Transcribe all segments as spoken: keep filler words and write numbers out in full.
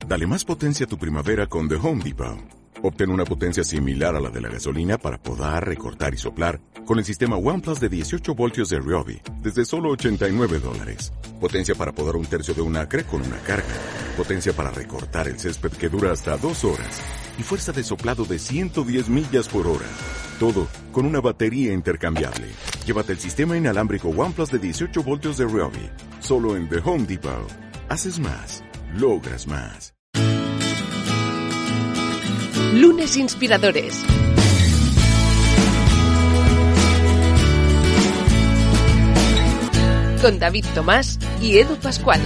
Dale más potencia a tu primavera con The Home Depot. Obtén una potencia similar a la de la gasolina para podar, recortar y soplar con el sistema OnePlus de dieciocho voltios de Ryobi desde solo ochenta y nueve dólares. Potencia para podar un tercio de un acre con una carga. Potencia para recortar el césped que dura hasta dos horas. Y fuerza de soplado de ciento diez millas por hora. Todo con una batería intercambiable. Llévate el sistema inalámbrico OnePlus de dieciocho voltios de Ryobi. Solo en The Home Depot. Haces más. Logras más. Lunes Inspiradores. Con David Tomás y Edu Pascual.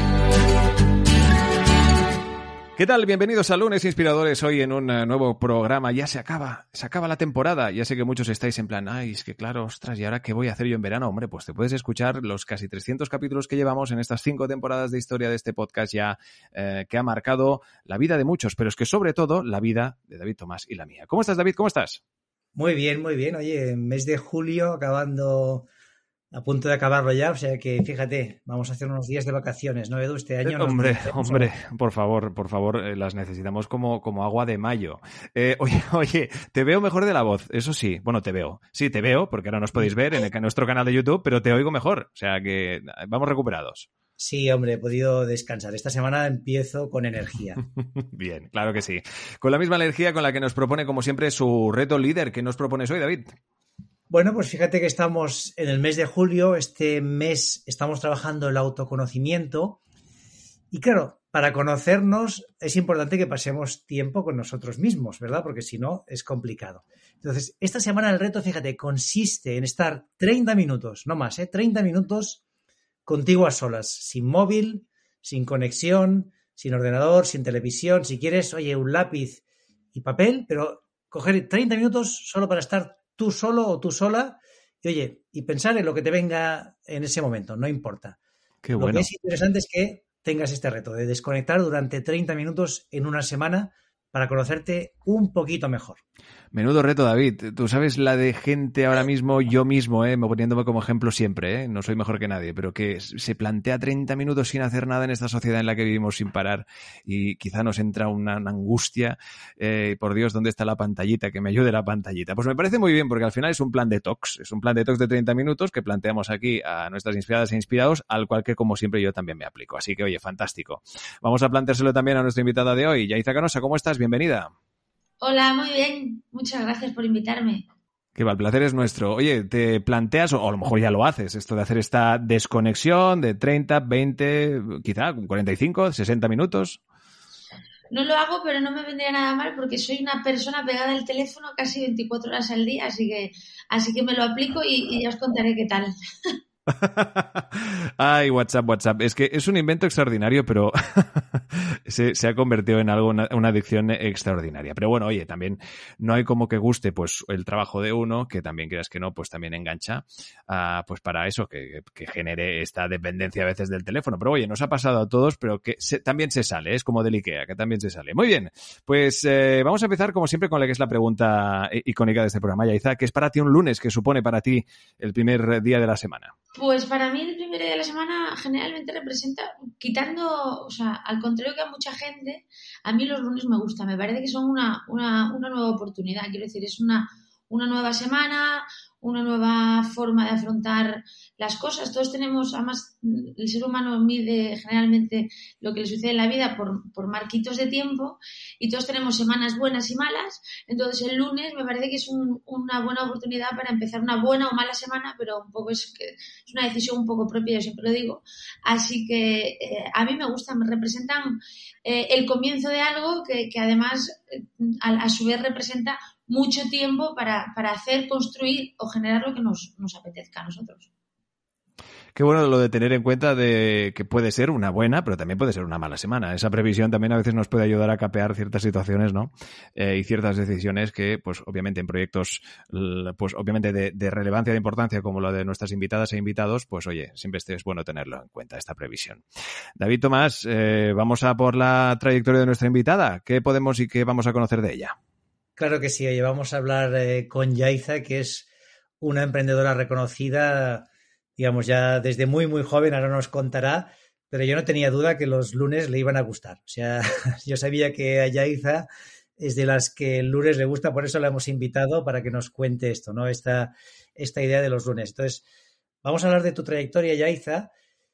¿Qué tal? Bienvenidos a Lunes Inspiradores. Hoy en un uh, nuevo programa. Ya se acaba, se acaba la temporada. Ya sé que muchos estáis en plan, ay, es que claro, ostras, ¿y ahora qué voy a hacer yo en verano? Hombre, pues te puedes escuchar los casi trescientos capítulos que llevamos en estas cinco temporadas de historia de este podcast ya eh, que ha marcado la vida de muchos, pero es que sobre todo la vida de David Tomás y la mía. ¿Cómo estás, David? ¿Cómo estás? Muy bien, muy bien. Oye, mes de julio acabando... A punto de acabarlo ya, o sea que fíjate, vamos a hacer unos días de vacaciones, ¿no, Edu? Este año... Eh, hombre, hombre, por favor, por favor, eh, las necesitamos como, como agua de mayo. Eh, oye, oye, te veo mejor de la voz, eso sí, bueno, te veo. Sí, te veo, porque ahora nos podéis ver en, el, en nuestro canal de YouTube, pero te oigo mejor, o sea que vamos recuperados. Sí, hombre, he podido descansar. Esta semana empiezo con energía. Bien, claro que sí. Con la misma energía con la que nos propone, como siempre, su reto líder. ¿Qué nos propones hoy, David? Bueno, pues fíjate que estamos en el mes de julio, este mes estamos trabajando el autoconocimiento y claro, para conocernos es importante que pasemos tiempo con nosotros mismos, ¿verdad? Porque si no es complicado. Entonces, esta semana el reto, fíjate, consiste en estar treinta minutos, no más, ¿eh? treinta minutos contigo a solas, sin móvil, sin conexión, sin ordenador, sin televisión, si quieres, oye, un lápiz y papel, pero coger treinta minutos solo para estar tú solo o tú sola, y oye, y pensar en lo que te venga en ese momento, no importa. Qué bueno. Lo que es interesante es que tengas este reto de desconectar durante treinta minutos en una semana para conocerte un poquito mejor. Menudo reto, David. Tú sabes la de gente ahora mismo, yo mismo, ¿eh? poniéndome como ejemplo siempre, ¿eh? No soy mejor que nadie, pero que se plantea treinta minutos sin hacer nada en esta sociedad en la que vivimos sin parar y quizá nos entra una, una angustia. Eh, por Dios, ¿dónde está la pantallita? Que me ayude la pantallita. Pues me parece muy bien porque al final es un plan detox. Es un plan detox de treinta minutos que planteamos aquí a nuestras inspiradas e inspirados, al cual que, como siempre, yo también me aplico. Así que, oye, fantástico. Vamos a planteárselo también a nuestra invitada de hoy, Yaiza Canosa. ¿Cómo estás? Bienvenida. Hola, muy bien. Muchas gracias por invitarme. Que va, el placer es nuestro. Oye, ¿te planteas, o a lo mejor ya lo haces, esto de hacer esta desconexión de treinta, veinte, quizá cuarenta y cinco, sesenta minutos? No lo hago, pero no me vendría nada mal porque soy una persona pegada al teléfono casi veinticuatro horas al día, así que, así que me lo aplico y, y ya os contaré qué tal. Ay, WhatsApp, WhatsApp. Es que es un invento extraordinario, pero se, se ha convertido en algo, una, una adicción extraordinaria. Pero bueno, oye, también no hay como que guste pues el trabajo de uno, que también quieras que no, pues también engancha, uh, pues para eso, que, que genere esta dependencia a veces del teléfono. Pero oye, nos ha pasado a todos, pero que se, también se sale, es como del IKEA, que también se sale. Muy bien, pues eh, vamos a empezar como siempre con la que es la pregunta icónica de este programa, Yaiza, ¿qué es para ti un lunes? ¿Qué supone para ti el primer día de la semana? Pues para mí el primer día de la semana generalmente representa, quitando, o sea, al contrario que a mucha gente, a mí los lunes me gustan, me parece que son una, una, una nueva oportunidad, quiero decir, es una, una nueva semana, una nueva forma de afrontar las cosas. Todos tenemos, además, el ser humano mide generalmente lo que le sucede en la vida por, por marquitos de tiempo y todos tenemos semanas buenas y malas. Entonces, el lunes me parece que es un, una buena oportunidad para empezar una buena o mala semana, pero un poco es, que es una decisión un poco propia, yo siempre lo digo. Así que eh, a mí me gustan, me representan eh, el comienzo de algo que, que además, eh, a, a su vez, representa mucho tiempo para, para hacer, construir o generar lo que nos, nos apetezca a nosotros. Qué bueno lo de tener en cuenta de que puede ser una buena, pero también puede ser una mala semana. Esa previsión también a veces nos puede ayudar a capear ciertas situaciones, ¿no? Eh, y ciertas decisiones que, pues, obviamente en proyectos, pues, obviamente de, de relevancia, de importancia, como lo de nuestras invitadas e invitados, pues, oye, siempre es bueno tenerlo en cuenta, esta previsión. David Tomás, eh, vamos a por la trayectoria de nuestra invitada. ¿Qué podemos y qué vamos a conocer de ella? Claro que sí, oye, vamos a hablar eh, con Yaiza, que es una emprendedora reconocida, digamos, ya desde muy, muy joven, ahora nos contará, pero yo no tenía duda que los lunes le iban a gustar. O sea, yo sabía que a Yaiza es de las que el lunes le gusta, por eso la hemos invitado para que nos cuente esto, ¿no? Esta, esta idea de los lunes. Entonces, vamos a hablar de tu trayectoria, Yaiza,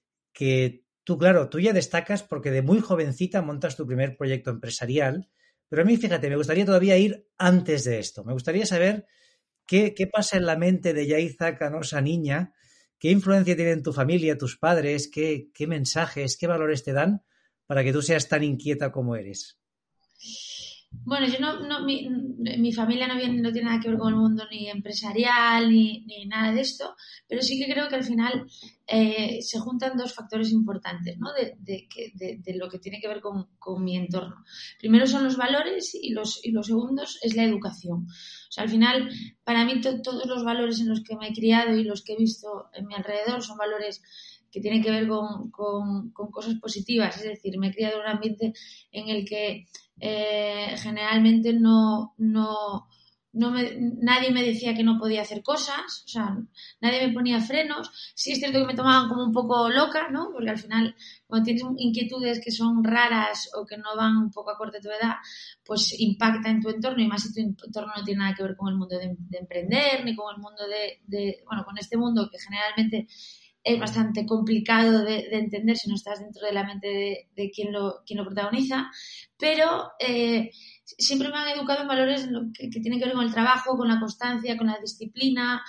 que tú, claro, tú ya destacas porque de muy jovencita montas tu primer proyecto empresarial, pero a mí, fíjate, me gustaría todavía ir antes de esto. Me gustaría saber qué, qué pasa en la mente de Yaiza Canosa niña, qué influencia tienen tu familia, tus padres, qué, qué mensajes, qué valores te dan para que tú seas tan inquieta como eres. Bueno, yo no, no mi, mi familia no, viene, no tiene nada que ver con el mundo ni empresarial ni, ni nada de esto, pero sí que creo que al final eh, se juntan dos factores importantes, ¿no? de, de, de, de lo que tiene que ver con, con mi entorno. Primero son los valores y los, y los segundos es la educación. O sea, al final, para mí to, todos los valores en los que me he criado y los que he visto en mi alrededor son valores que tienen que ver con, con, con cosas positivas. Es decir, me he criado en un ambiente en el que eh, generalmente no, no, no me, nadie me decía que no podía hacer cosas, o sea, nadie me ponía frenos. Sí es cierto que me tomaban como un poco loca, ¿no? Porque al final, cuando tienes inquietudes que son raras o que no van un poco acorde a tu edad, pues impacta en tu entorno, y más si tu entorno no tiene nada que ver con el mundo de, de emprender, ni con el mundo de, de, bueno, con este mundo que generalmente es bastante complicado de, de entender si no estás dentro de la mente de, de quien, lo, quien lo protagoniza, pero eh, siempre me han educado en valores que, que tienen que ver con el trabajo, con la constancia, con la disciplina,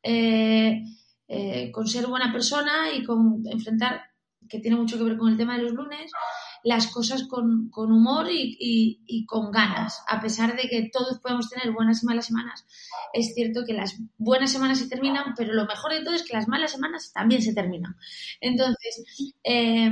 eh, eh, con ser buena persona y con enfrentar, que tiene mucho que ver con el tema de los lunes, las cosas con, con humor y, y, y con ganas. A pesar de que todos podemos tener buenas y malas semanas, es cierto que las buenas semanas se terminan, pero lo mejor de todo es que las malas semanas también se terminan. Entonces, eh,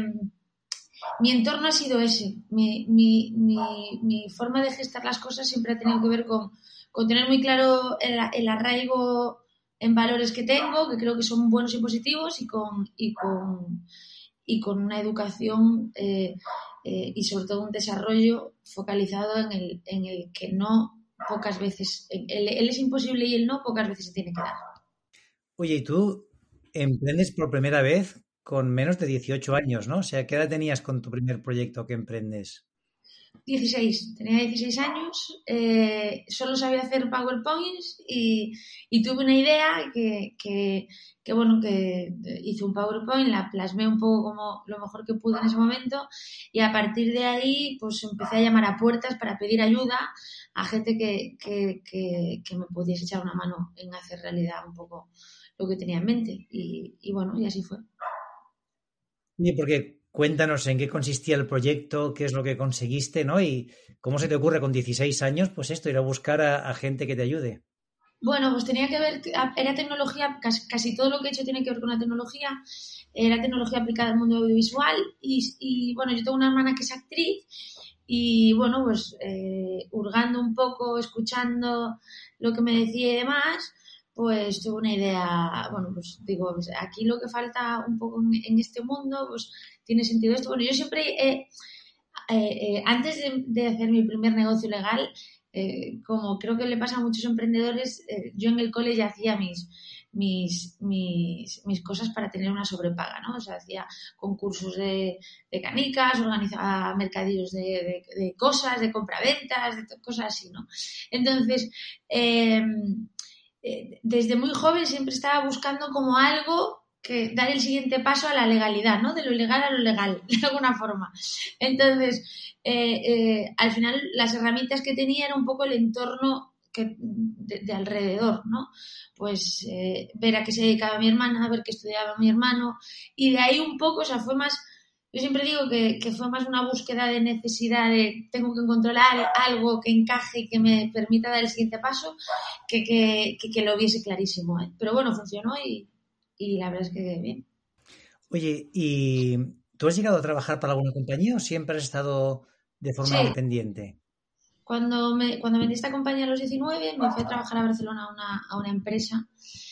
mi entorno ha sido ese. Mi, mi, mi, mi forma de gestar las cosas siempre ha tenido que ver con, con tener muy claro el, el arraigo en valores que tengo, que creo que son buenos y positivos, y con... Y con y con una educación eh, eh, y sobre todo un desarrollo focalizado en el, en el que no pocas veces, el, el es imposible y el no pocas veces se tiene que dar. Oye, y tú emprendes por primera vez con menos de dieciocho años, ¿no? O sea, ¿qué edad tenías con tu primer proyecto que emprendes? dieciséis, tenía dieciséis años, eh, solo sabía hacer PowerPoints y, y tuve una idea que, que, que, bueno, que hice un PowerPoint, la plasmé un poco como lo mejor que pude en ese momento, y a partir de ahí pues empecé a llamar a puertas para pedir ayuda a gente que, que, que, que me pudiese echar una mano en hacer realidad un poco lo que tenía en mente, y, y bueno, y así fue. Sí, porque cuéntanos en qué consistía el proyecto, qué es lo que conseguiste, ¿no? Y cómo se te ocurre con dieciséis años, pues esto, ir a buscar a, a gente que te ayude. Bueno, pues tenía que ver, era tecnología, casi, casi todo lo que he hecho tiene que ver con la tecnología, era tecnología aplicada al mundo audiovisual, y, y bueno, yo tengo una hermana que es actriz, y bueno, pues eh, hurgando un poco, escuchando lo que me decía y demás, pues tuve una idea. Bueno, pues digo, pues aquí lo que falta un poco en, en este mundo, pues tiene sentido esto. Bueno, yo siempre, eh, eh, eh, antes de, de hacer mi primer negocio legal, eh, como creo que le pasa a muchos emprendedores, eh, yo en el cole ya hacía mis, mis, mis, mis cosas para tener una sobrepaga, ¿no? O sea, hacía concursos de, de canicas, organizaba mercadillos de, de, de cosas, de compraventas, de cosas así, ¿no? Entonces, eh, desde muy joven siempre estaba buscando como algo que dar el siguiente paso a la legalidad, ¿no? De lo ilegal a lo legal, de alguna forma. Entonces, eh, eh, al final las herramientas que tenía era un poco el entorno que, de, de alrededor, ¿no? Pues eh, ver a qué se dedicaba mi hermana, ver qué estudiaba mi hermano, y de ahí un poco, o sea, fue más... Yo siempre digo que, que fue más una búsqueda de necesidad, de tengo que controlar algo que encaje y que me permita dar el siguiente paso, que, que, que, que lo viese clarísimo, ¿eh? Pero bueno, funcionó y, y la verdad es que bien. Oye, ¿y tú has llegado a trabajar para alguna compañía o siempre has estado de forma Sí. independiente? Cuando, me, cuando vendí esta compañía a los diecinueve, me fui a trabajar a Barcelona a una, a una empresa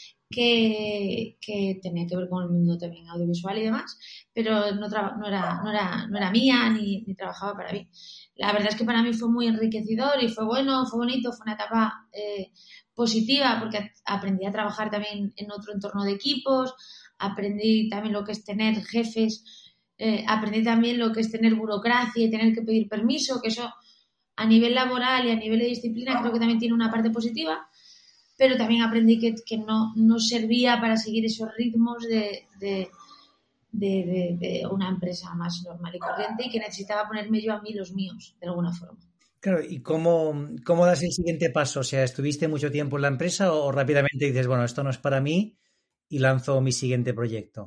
que, que tenía que ver con el mundo también audiovisual y demás, pero no, tra- no, era, no, era, no era mía ni, ni trabajaba para mí. La verdad es que para mí fue muy enriquecedor y fue bueno, fue bonito, fue una etapa eh, positiva, porque aprendí a trabajar también en otro entorno de equipos, aprendí también lo que es tener jefes eh, aprendí también lo que es tener burocracia y tener que pedir permiso, que eso a nivel laboral y a nivel de disciplina creo que también tiene una parte positiva, pero también aprendí que, que no, no servía para seguir esos ritmos de, de, de, de, de una empresa más normal y corriente y que necesitaba ponerme yo a mí los míos, de alguna forma. Claro, ¿y cómo, cómo das el siguiente paso? O sea, ¿estuviste mucho tiempo en la empresa o, o rápidamente dices, bueno, esto no es para mí y lanzo mi siguiente proyecto?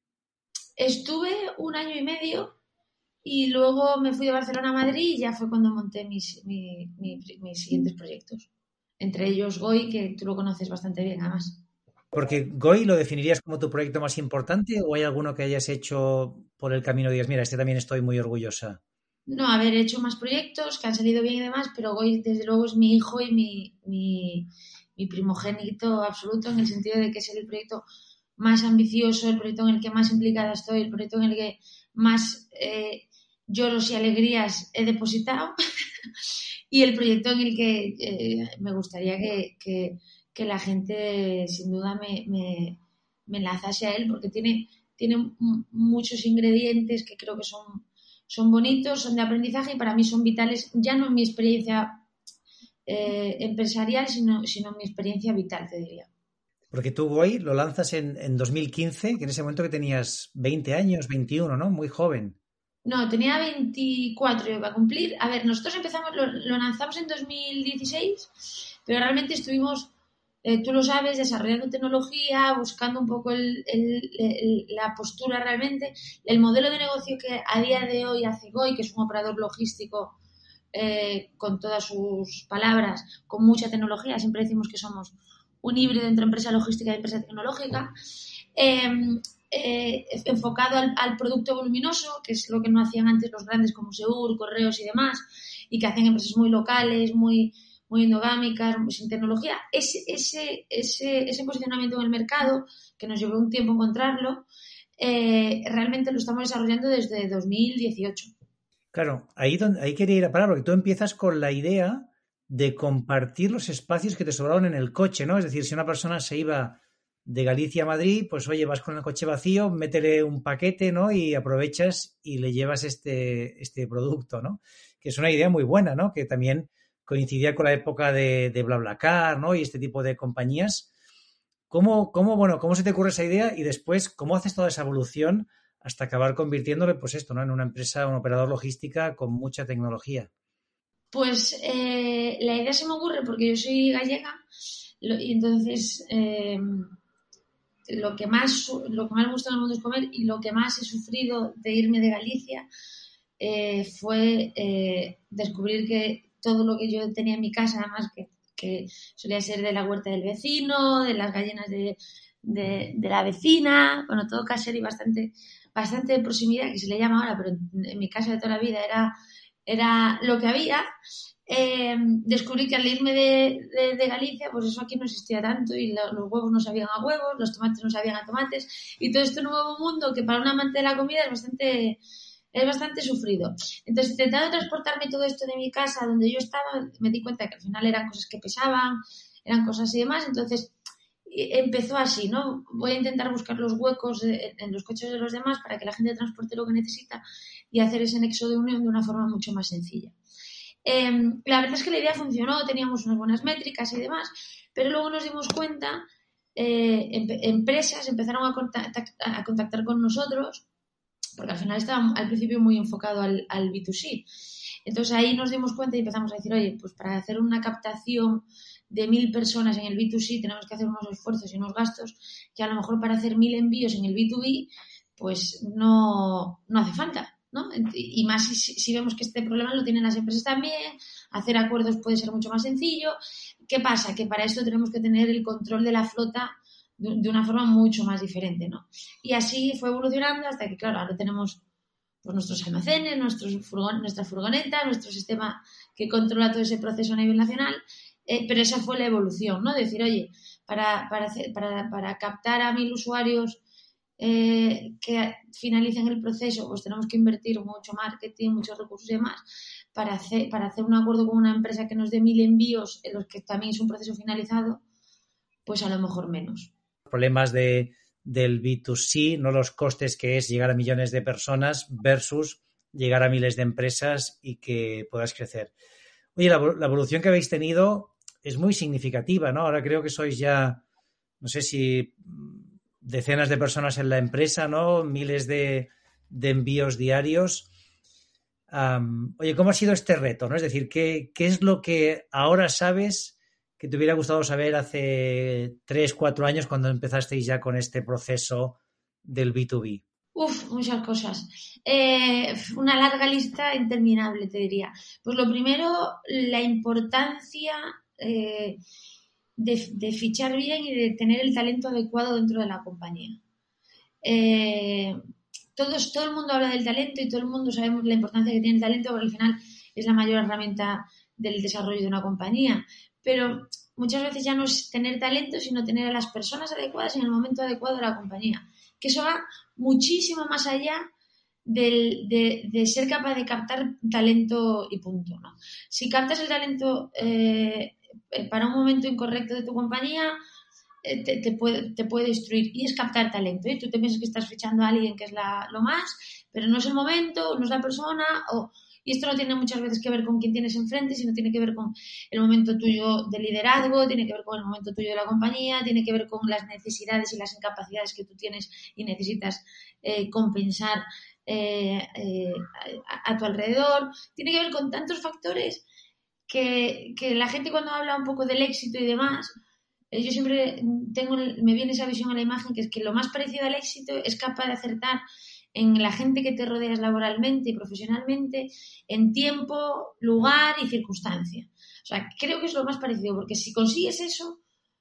Estuve un año y medio y luego me fui de Barcelona a Madrid y ya fue cuando monté mis, mi, mi, mis siguientes proyectos. Entre ellos Goi, que tú lo conoces bastante bien, además. Porque Goi, ¿lo definirías como tu proyecto más importante o hay alguno que hayas hecho por el camino y digas, mira, este también estoy muy orgullosa? No, haber hecho más proyectos que han salido bien y demás, pero Goi desde luego es mi hijo y mi, mi, mi primogénito absoluto, en el sentido de que es el proyecto más ambicioso, el proyecto en el que más implicada estoy, el proyecto en el que más eh, lloros y alegrías he depositado y el proyecto en el que eh, me gustaría que, que, que la gente sin duda me, me, me enlazase a él, porque tiene, tiene m- muchos ingredientes que creo que son, son bonitos, son de aprendizaje y para mí son vitales, ya no en mi experiencia eh, empresarial, sino, sino en mi experiencia vital, te diría. Porque tú Goi lo lanzas en, en dos mil quince, que en ese momento que tenías veinte años, veintiuno, ¿no? Muy joven. No, tenía veinticuatro, iba a cumplir. A ver, nosotros empezamos, lo, lo lanzamos en dos mil dieciséis, pero realmente estuvimos, eh, tú lo sabes, desarrollando tecnología, buscando un poco el, el, el, la postura realmente. El modelo de negocio que a día de hoy hace Goi, que es un operador logístico eh, con todas sus palabras, con mucha tecnología, siempre decimos que somos un híbrido entre empresa logística y empresa tecnológica. Eh, Eh, enfocado al, al producto voluminoso, que es lo que no hacían antes los grandes como Seur, Correos y demás, y que hacían empresas muy locales, muy, muy endogámicas, sin tecnología. Ese, ese, ese, ese posicionamiento en el mercado, que nos llevó un tiempo encontrarlo, eh, realmente lo estamos desarrollando desde dos mil dieciocho. Claro, ahí, donde, ahí quería ir a parar, porque tú empiezas con la idea de compartir los espacios que te sobraron en el coche, ¿no? Es decir, si una persona se iba de Galicia a Madrid, pues oye, vas con el coche vacío, métele un paquete, ¿no? Y aprovechas y le llevas este, este producto, ¿no? Que es una idea muy buena, ¿no? Que también coincidía con la época de, de BlaBlaCar, ¿no? Y este tipo de compañías. ¿Cómo, cómo, bueno, cómo se te ocurre esa idea y después cómo haces toda esa evolución hasta acabar convirtiéndole, pues esto, ¿no? En una empresa, un operador logística con mucha tecnología? Pues eh, la idea se me ocurre porque yo soy gallega lo, y entonces... Eh, lo que más lo que más me gusta en el mundo es comer y lo que más he sufrido de irme de Galicia eh, fue eh, descubrir que todo lo que yo tenía en mi casa, además que, que solía ser de la huerta del vecino, de las gallinas de, de, de la vecina, bueno, todo casero y bastante, bastante de proximidad, que se le llama ahora, pero en, en mi casa de toda la vida era, era lo que había. Eh, descubrí que al irme de, de, de Galicia, pues eso aquí no existía tanto y lo, los huevos no sabían a huevos, los tomates no sabían a tomates y todo este nuevo mundo que para un amante de la comida es bastante, es bastante sufrido. Entonces, intentando transportarme todo esto de mi casa donde yo estaba, me di cuenta que al final eran cosas que pesaban, eran cosas y demás, entonces empezó así, ¿no? Voy a intentar buscar los huecos de, en los coches de los demás para que la gente transporte lo que necesita y hacer ese nexo de unión de una forma mucho más sencilla. Eh, la verdad es que la idea funcionó, teníamos unas buenas métricas y demás, pero luego nos dimos cuenta, eh, em, empresas empezaron a contactar, a contactar con nosotros, porque al final estaba al principio muy enfocado al, al B dos C. Entonces ahí nos dimos cuenta y empezamos a decir, oye, pues para hacer una captación de mil personas en el B dos C tenemos que hacer unos esfuerzos y unos gastos que a lo mejor para hacer mil envíos en el B dos B pues no, no hace falta, ¿no? Y más si, si vemos que este problema lo tienen las empresas también, hacer acuerdos puede ser mucho más sencillo. ¿Qué pasa? Que para esto tenemos que tener el control de la flota de, de una forma mucho más diferente, ¿no? Y así fue evolucionando hasta que, claro, ahora tenemos pues, nuestros almacenes, nuestros furgon, nuestra furgoneta, nuestro sistema que controla todo ese proceso a nivel nacional, eh, pero esa fue la evolución, ¿no? Decir, oye, para, para, hacer, para, para captar a mil usuarios Eh, que finalicen el proceso, pues tenemos que invertir mucho marketing, muchos recursos y demás para hacer, para hacer un acuerdo con una empresa que nos dé mil envíos en los que también es un proceso finalizado, pues a lo mejor menos. Problemas de, del B dos C, no los costes que es llegar a millones de personas versus llegar a miles de empresas y que puedas crecer. Oye, la, la evolución que habéis tenido es muy significativa, ¿no? Ahora creo que sois ya, no sé si decenas de personas en la empresa, ¿no? Miles de, de envíos diarios. Um, oye, ¿cómo ha sido este reto, ¿no? Es decir, ¿qué, qué es lo que ahora sabes que te hubiera gustado saber hace tres, cuatro años cuando empezasteis ya con este proceso del B dos B? Uf, muchas cosas. Eh, una larga lista interminable, te diría. Pues lo primero, la importancia eh, de, de fichar bien y de tener el talento adecuado dentro de la compañía. Eh, todos, todo el mundo habla del talento y todo el mundo sabemos la importancia que tiene el talento, porque al final es la mayor herramienta del desarrollo de una compañía. Pero muchas veces ya no es tener talento, sino tener a las personas adecuadas en el momento adecuado de la compañía. Que eso va muchísimo más allá del, de, de ser capaz de captar talento y punto, ¿no? Si captas el talento eh, para un momento incorrecto de tu compañía, eh, te, te, puede, te puede destruir. Y es captar talento. ¿eh? Tú te piensas que estás fichando a alguien que es la, lo más, pero no es el momento, no es la persona, o... Y esto no tiene muchas veces que ver con quién tienes enfrente, sino tiene que ver con el momento tuyo de liderazgo, tiene que ver con el momento tuyo de la compañía, tiene que ver con las necesidades y las incapacidades que tú tienes y necesitas eh, compensar eh, eh, a, a tu alrededor. Tiene que ver con tantos factores que, que la gente cuando habla un poco del éxito y demás, eh, yo siempre tengo, me viene esa visión a la imagen que es que lo más parecido al éxito es capaz de acertar en la gente que te rodeas laboralmente y profesionalmente, en tiempo, lugar y circunstancia. O sea, creo que es lo más parecido, porque si consigues eso,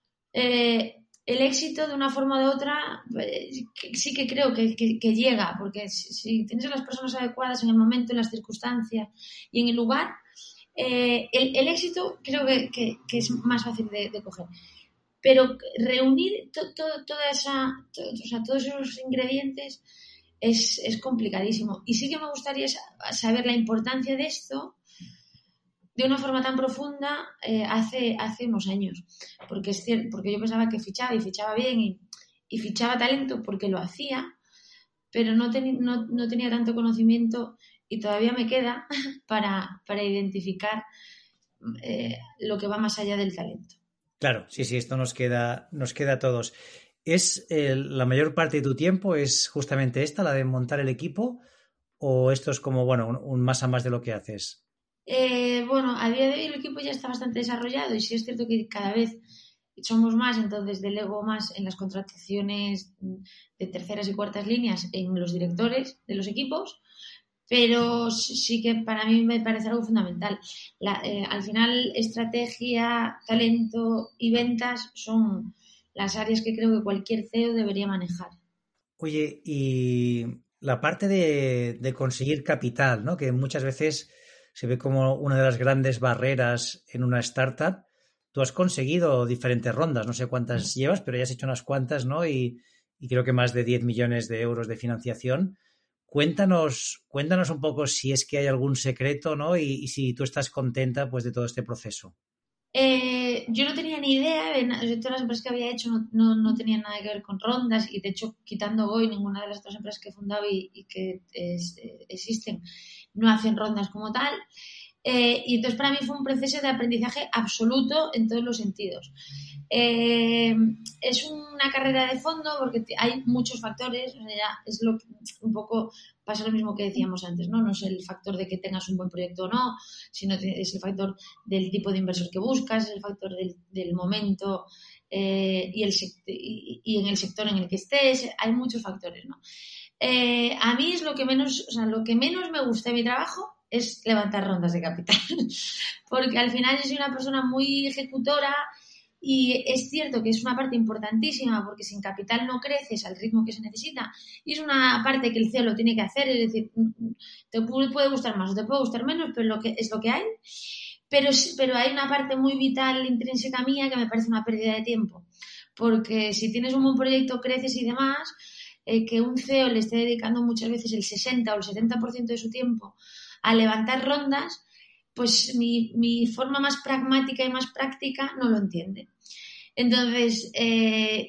eh, el éxito de una forma o de otra eh, sí que creo que, que, que llega, porque si, si tienes a las personas adecuadas en el momento, en las circunstancias y en el lugar, eh, el, el éxito creo que, que, que es más fácil de, de coger. Pero reunir to, to, toda esa, to, o sea, todos esos ingredientes Es, es complicadísimo. Y sí que me gustaría saber la importancia de esto de una forma tan profunda eh, hace, hace unos años. Porque, es cierto, porque yo pensaba que fichaba y fichaba bien y, y fichaba talento porque lo hacía, pero no, ten, no, no tenía tanto conocimiento y todavía me queda para, para identificar eh, lo que va más allá del talento. Claro, sí, sí, esto nos queda, nos queda a todos. ¿Es eh, la mayor parte de tu tiempo es justamente esta, la de montar el equipo? ¿O esto es como, bueno, un, un más a más de lo que haces? Eh, bueno, a día de hoy el equipo ya está bastante desarrollado y sí es cierto que cada vez somos más, entonces delego más en las contrataciones de terceras y cuartas líneas en los directores de los equipos, pero sí que para mí me parece algo fundamental. La, eh, al final, estrategia, talento y ventas son las áreas que creo que cualquier C E O debería manejar. Oye, y la parte de, de conseguir capital, ¿no? Que muchas veces se ve como una de las grandes barreras en una startup. Tú has conseguido diferentes rondas, no sé cuántas llevas, pero ya has hecho unas cuantas, ¿no? Y, y creo que más de diez millones de euros de financiación. Cuéntanos, cuéntanos un poco si es que hay algún secreto, ¿no? Y, y si tú estás contenta, pues, de todo este proceso. Eh, yo no tenía ni idea de, de todas las empresas que había hecho, no, no, no tenían nada que ver con rondas y de hecho quitando Goi, ninguna de las otras empresas que he fundado y, y que es, eh, existen no hacen rondas como tal. Eh, y entonces para mí fue un proceso de aprendizaje absoluto en todos los sentidos. Eh, es una carrera de fondo porque hay muchos factores, o sea, ya es lo que, un poco pasa lo mismo que decíamos antes, ¿no? No es el factor de que tengas un buen proyecto o no, sino es el factor del tipo de inversor que buscas, es el factor del, del momento eh, y, el, y, y en el sector en el que estés, hay muchos factores, ¿no? Eh, a mí es lo que menos, o sea, lo que menos me gusta de mi trabajo es levantar rondas de capital, porque al final yo soy una persona muy ejecutora y es cierto que es una parte importantísima porque sin capital no creces al ritmo que se necesita y es una parte que el C E O lo tiene que hacer, es decir, te puede gustar más o te puede gustar menos, pero lo que, es lo que hay, pero, pero hay una parte muy vital intrínseca mía que me parece una pérdida de tiempo, porque si tienes un buen proyecto, creces y demás, eh, que un C E O le esté dedicando muchas veces el sesenta o el setenta por ciento de su tiempo a levantar rondas, pues mi, mi forma más pragmática y más práctica no lo entiende. Entonces, eh,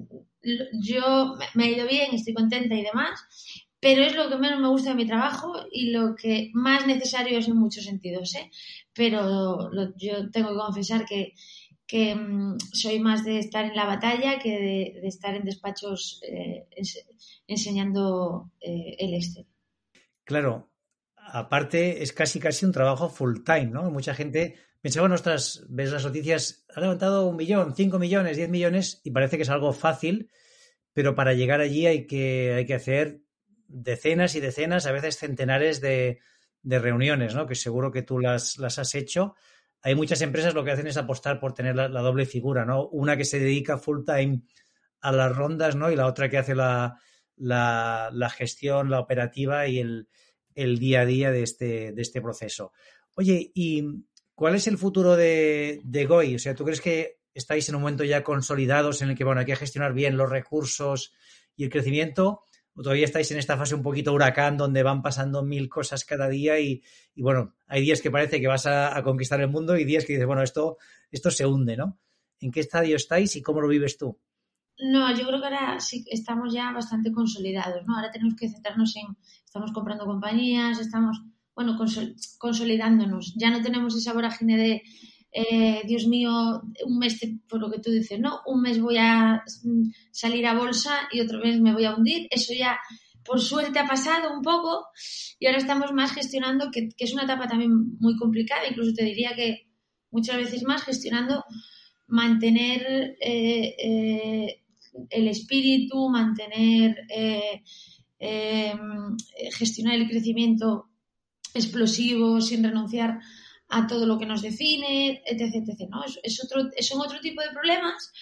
yo me ha ido bien, estoy contenta y demás, pero es lo que menos me gusta de mi trabajo y lo que más necesario es en muchos sentidos, ¿eh? Pero lo, yo tengo que confesar que, que mmm, soy más de estar en la batalla que de, de estar en despachos eh, ens- enseñando eh, el Excel. Claro, aparte es casi casi un trabajo full time, ¿no? Mucha gente pensaba, bueno, ostras, ves las noticias, ha levantado un millón, cinco millones, diez millones y parece que es algo fácil, pero para llegar allí hay que, hay que hacer decenas y decenas, a veces centenares de, de reuniones, ¿no? Que seguro que tú las, las has hecho. Hay muchas empresas lo que hacen es apostar por tener la, la doble figura, ¿no? Una que se dedica full time a las rondas, ¿no? Y la otra que hace la, la, la gestión, la operativa y el, el día a día de este, de este proceso. Oye, ¿y cuál es el futuro de, de Goi? O sea, ¿tú crees que estáis en un momento ya consolidados en el que, bueno, hay que gestionar bien los recursos y el crecimiento? ¿O todavía estáis en esta fase un poquito huracán donde van pasando mil cosas cada día y, y bueno, hay días que parece que vas a, a conquistar el mundo y días que dices, bueno, esto, esto se hunde, ¿no? ¿En qué estadio estáis y cómo lo vives tú? No, yo creo que ahora sí estamos ya bastante consolidados, ¿no? Ahora tenemos que centrarnos en, estamos comprando compañías, estamos, bueno, consol, consolidándonos. Ya no tenemos esa vorágine de, eh, Dios mío, un mes, te, por lo que tú dices, ¿no? Un mes voy a salir a bolsa y otro mes me voy a hundir. Eso ya, por suerte, ha pasado un poco y ahora estamos más gestionando, que, que es una etapa también muy complicada, incluso te diría que muchas veces más gestionando, mantener eh, eh, el espíritu, mantener, eh, eh, gestionar el crecimiento explosivo sin renunciar a todo lo que nos define, etc, etcétera, ¿no? Es, es otro, son otro tipo de problemas,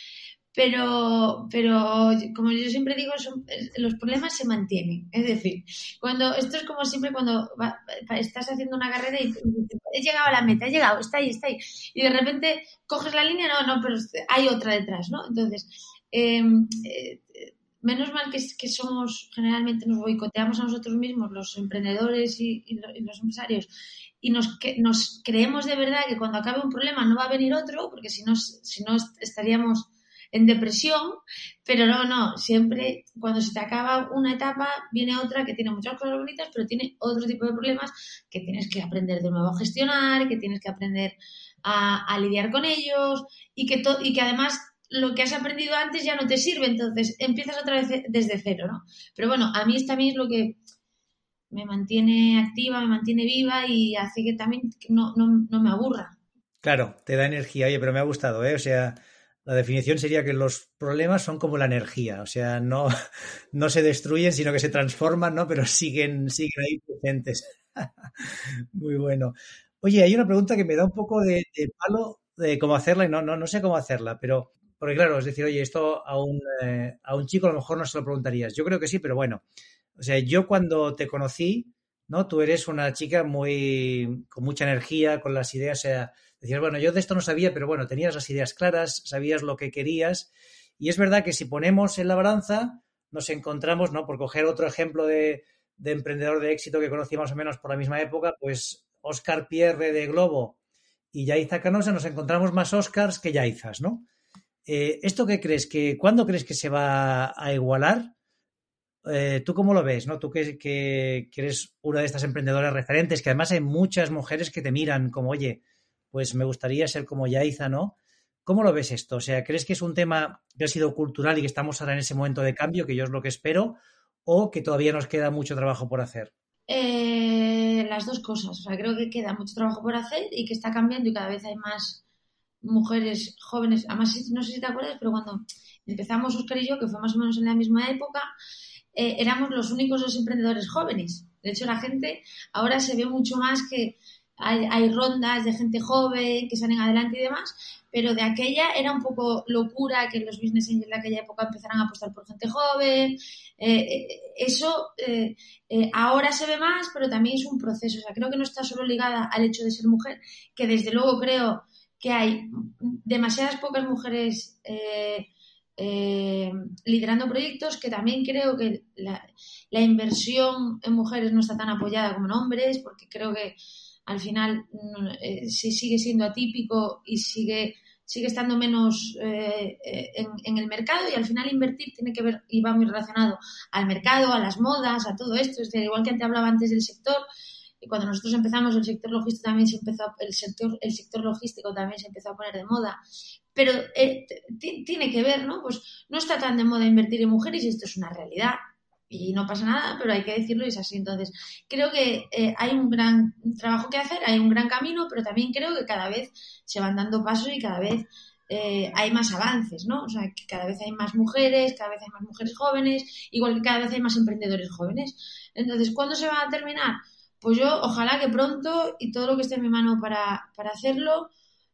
pero, pero como yo siempre digo, son, los problemas se mantienen. Es decir, cuando esto es como siempre cuando va, estás haciendo una carrera y he llegado a la meta, he llegado, está ahí, está ahí, y de repente coges la línea, no, no, pero hay otra detrás, ¿no? Entonces, eh, eh, menos mal que, que somos, generalmente nos boicoteamos a nosotros mismos, los emprendedores y, y, los, y los empresarios, y nos, que, nos creemos de verdad que cuando acabe un problema no va a venir otro, porque si no, si no estaríamos en depresión, pero no, no, siempre cuando se te acaba una etapa viene otra que tiene muchas cosas bonitas, pero tiene otro tipo de problemas que tienes que aprender de nuevo a gestionar, que tienes que aprender a, a lidiar con ellos y que, to, y que además lo que has aprendido antes ya no te sirve, entonces empiezas otra vez desde cero, ¿no? Pero bueno, a mí esto también es lo que me mantiene activa, me mantiene viva y hace que también no, no, no me aburra. Claro, te da energía. Oye, pero me ha gustado, ¿eh? O sea, la definición sería que los problemas son como la energía, o sea, no, no se destruyen, sino que se transforman, ¿no? Pero siguen, siguen ahí presentes. Muy bueno. Oye, hay una pregunta que me da un poco de, de palo de cómo hacerla y no, no, no sé cómo hacerla, pero, porque claro, es decir, oye, esto a un, eh, a un chico a lo mejor no se lo preguntarías. Yo creo que sí, pero bueno. O sea, yo cuando te conocí, ¿no? Tú eres una chica muy, con mucha energía, con las ideas, o sea, decías, bueno, yo de esto no sabía, pero bueno, tenías las ideas claras, sabías lo que querías. Y es verdad que si ponemos en la balanza, nos encontramos, ¿no? Por coger otro ejemplo de, de emprendedor de éxito que conocí más o menos por la misma época, pues Óscar Pierre de Globo y Yaiza Canosa, nos encontramos más Óscars que Yaizas, ¿no? Eh, ¿Esto qué crees? Que, ¿Cuándo crees que se va a igualar? Eh, ¿Tú cómo lo ves? ¿No? Tú que, que, que eres una de estas emprendedoras referentes, que además hay muchas mujeres que te miran como, oye, pues me gustaría ser como Yaiza, ¿no? ¿Cómo lo ves esto? O sea, ¿crees que es un tema que ha sido cultural y que estamos ahora en ese momento de cambio, que yo es lo que espero, o que todavía nos queda mucho trabajo por hacer? Eh, las dos cosas. O sea, creo que queda mucho trabajo por hacer y que está cambiando y cada vez hay más mujeres jóvenes. Además, no sé si te acuerdas, pero cuando empezamos Óscar y yo, que fue más o menos en la misma época, eh, éramos los únicos dos emprendedores jóvenes. De hecho, la gente ahora se ve mucho más que hay, hay rondas de gente joven que salen adelante y demás, pero de aquella era un poco locura que los business angels de aquella época empezaran a apostar por gente joven. Eh, eso eh, eh, ahora se ve más, pero también es un proceso. O sea, creo que no está solo ligada al hecho de ser mujer, que desde luego creo que hay demasiadas pocas mujeres eh, eh, liderando proyectos, que también creo que la, la inversión en mujeres no está tan apoyada como en hombres, porque creo que al final eh, sí sigue siendo atípico y sigue sigue estando menos eh, en, en el mercado, y al final invertir tiene que ver y va muy relacionado al mercado, a las modas, a todo esto. Es decir, igual que te hablaba antes del sector, y cuando nosotros empezamos el sector logístico también se empezó a, el sector el sector logístico también se empezó a poner de moda, pero eh, t- tiene que ver, ¿no? Pues no está tan de moda invertir en mujeres, y esto es una realidad. Y no pasa nada, pero hay que decirlo y es así. Entonces, creo que eh, hay un gran trabajo que hacer, hay un gran camino, pero también creo que cada vez se van dando pasos y cada vez eh, hay más avances, ¿no? O sea, que cada vez hay más mujeres, cada vez hay más mujeres jóvenes, igual que cada vez hay más emprendedores jóvenes. Entonces, ¿cuándo se va a terminar? Pues yo, ojalá que pronto, y todo lo que esté en mi mano para, para hacerlo,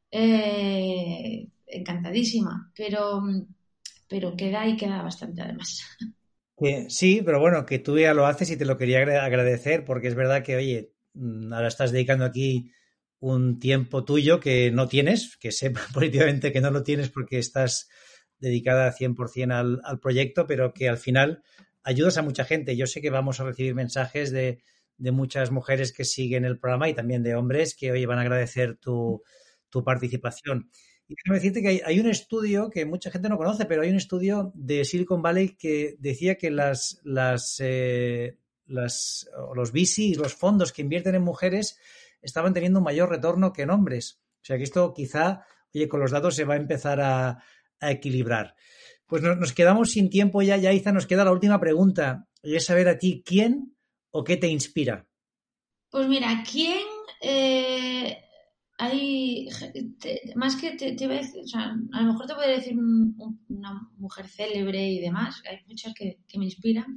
eh, encantadísima. Pero, pero queda y queda bastante, además. Que, sí, pero bueno, que tú ya lo haces y te lo quería agradecer, porque es verdad que, oye, ahora estás dedicando aquí un tiempo tuyo que no tienes, que sepa políticamente que no lo tienes porque estás dedicada cien por ciento al, al proyecto, pero que al final ayudas a mucha gente. Yo sé que vamos a recibir mensajes de, de muchas mujeres que siguen el programa y también de hombres que, oye, van a agradecer tu, tu participación. Y déjame decirte que hay, hay un estudio que mucha gente no conoce, pero hay un estudio de Silicon Valley que decía que las, las, eh, las, los V C y los fondos que invierten en mujeres estaban teniendo un mayor retorno que en hombres. O sea que esto quizá, oye, con los datos se va a empezar a, a equilibrar. Pues nos, nos quedamos sin tiempo ya, Yaiza, nos queda la última pregunta. Y es saber a ti quién o qué te inspira. Pues mira, ¿quién? Eh... Hay, te, más que te, te iba a decir, o sea, a lo mejor te podría decir un, un, una mujer célebre y demás, hay muchas que, que me inspiran,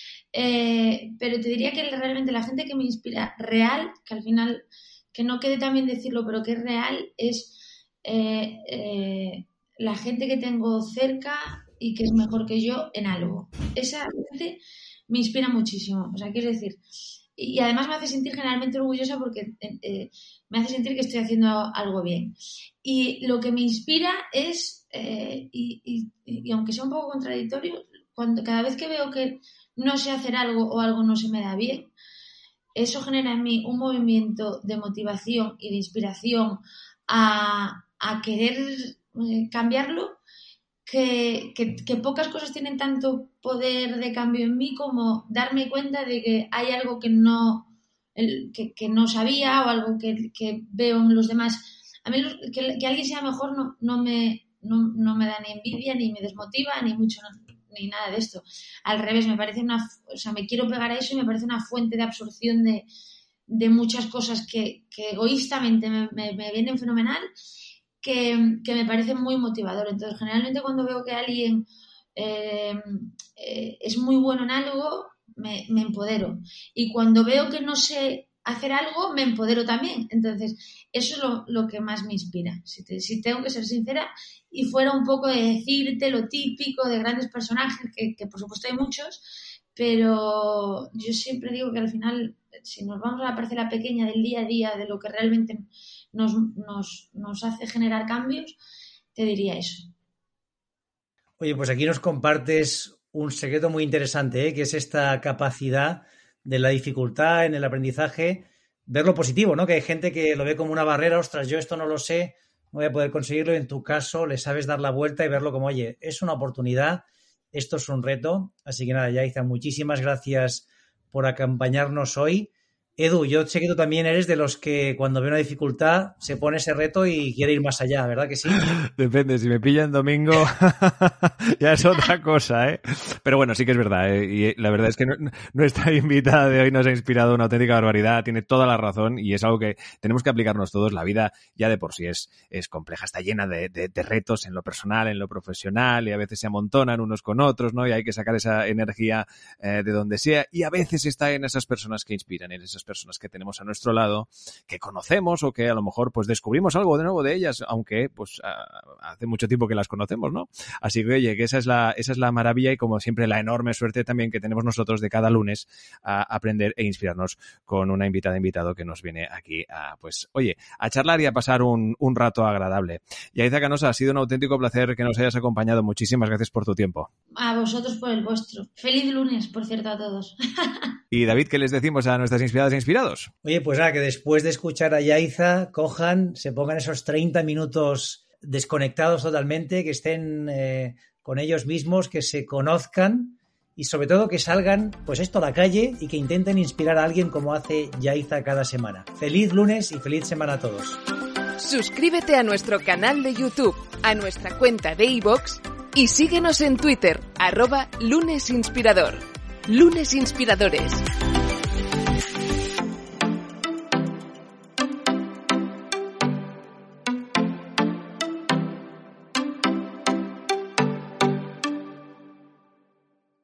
eh, pero te diría que realmente la gente que me inspira real, que al final, que no quede también decirlo, pero que es real, es eh, eh, la gente que tengo cerca y que es mejor que yo en algo. Esa gente me inspira muchísimo, o sea, quiero decir... Y además me hace sentir generalmente orgullosa porque eh, me hace sentir que estoy haciendo algo bien. Y lo que me inspira es, eh, y, y, y aunque sea un poco contradictorio, cuando cada vez que veo que no sé hacer algo o algo no se me da bien, eso genera en mí un movimiento de motivación y de inspiración a, a querer eh, cambiarlo. Que, que, que pocas cosas tienen tanto poder de cambio en mí como darme cuenta de que hay algo que no, el, que, que no sabía o algo que, que veo en los demás. A mí los, que, que alguien sea mejor no, no, me, no, no me da ni envidia, ni me desmotiva, ni mucho, ni nada de esto. Al revés, me parece una... O sea, me quiero pegar a eso y me parece una fuente de absorción de, de muchas cosas que, que egoístamente me, me, me vienen fenomenal. Que, que me parece muy motivador. Entonces, generalmente cuando veo que alguien eh, eh, es muy bueno en algo, me, me empodero. Y cuando veo que no sé hacer algo, me empodero también. Entonces, eso es lo, lo que más me inspira. Si, te, si tengo que ser sincera, y fuera un poco de decirte lo típico de grandes personajes, que, que por supuesto hay muchos, pero yo siempre digo que al final, si nos vamos a la parcela pequeña del día a día, de lo que realmente nos, nos, nos hace generar cambios, te diría eso. Oye, pues aquí nos compartes un secreto muy interesante, ¿eh? Que es esta capacidad de la dificultad en el aprendizaje, ver lo positivo, ¿no? Que hay gente que lo ve como una barrera, ostras, yo esto no lo sé, no voy a poder conseguirlo, y en tu caso le sabes dar la vuelta y verlo como, oye, es una oportunidad, esto es un reto. Así que nada, Yaiza, muchísimas gracias por acompañarnos hoy. Edu, yo sé que tú también eres de los que cuando ve una dificultad se pone ese reto y quiere ir más allá, ¿verdad que sí? Depende, si me pillan domingo ya es otra cosa, ¿eh? Pero bueno, sí que es verdad, ¿eh? Y la verdad es que nuestra invitada de hoy nos ha inspirado una auténtica barbaridad, tiene toda la razón y es algo que tenemos que aplicarnos todos. La vida ya de por sí es, es compleja, está llena de, de, de retos en lo personal, en lo profesional, y a veces se amontonan unos con otros, ¿no? Y hay que sacar esa energía eh, de donde sea, y a veces está en esas personas que inspiran, en esas personas que tenemos a nuestro lado, que conocemos o que a lo mejor pues descubrimos algo de nuevo de ellas, aunque pues hace mucho tiempo que las conocemos, ¿no? Así que oye, que esa es la, esa es la maravilla y como siempre la enorme suerte también que tenemos nosotros de cada lunes a aprender e inspirarnos con una invitada invitado que nos viene aquí a, pues, oye, a charlar y a pasar un, un rato agradable. Yaiza Canosa, ha sido un auténtico placer que nos hayas acompañado. Muchísimas gracias por tu tiempo. A vosotros por el vuestro. Feliz lunes, por cierto, a todos. Y David, ¿qué les decimos a nuestras inspiradas e inspirados? Oye, pues nada, que después de escuchar a Yaiza, cojan, se pongan esos treinta minutos desconectados totalmente, que estén eh, con ellos mismos, que se conozcan y sobre todo que salgan, pues esto, a la calle y que intenten inspirar a alguien como hace Yaiza cada semana. Feliz lunes y feliz semana a todos. Suscríbete a nuestro canal de YouTube, a nuestra cuenta de iVoox y síguenos en Twitter, arroba Lunes Inspirador. Lunes Inspiradores.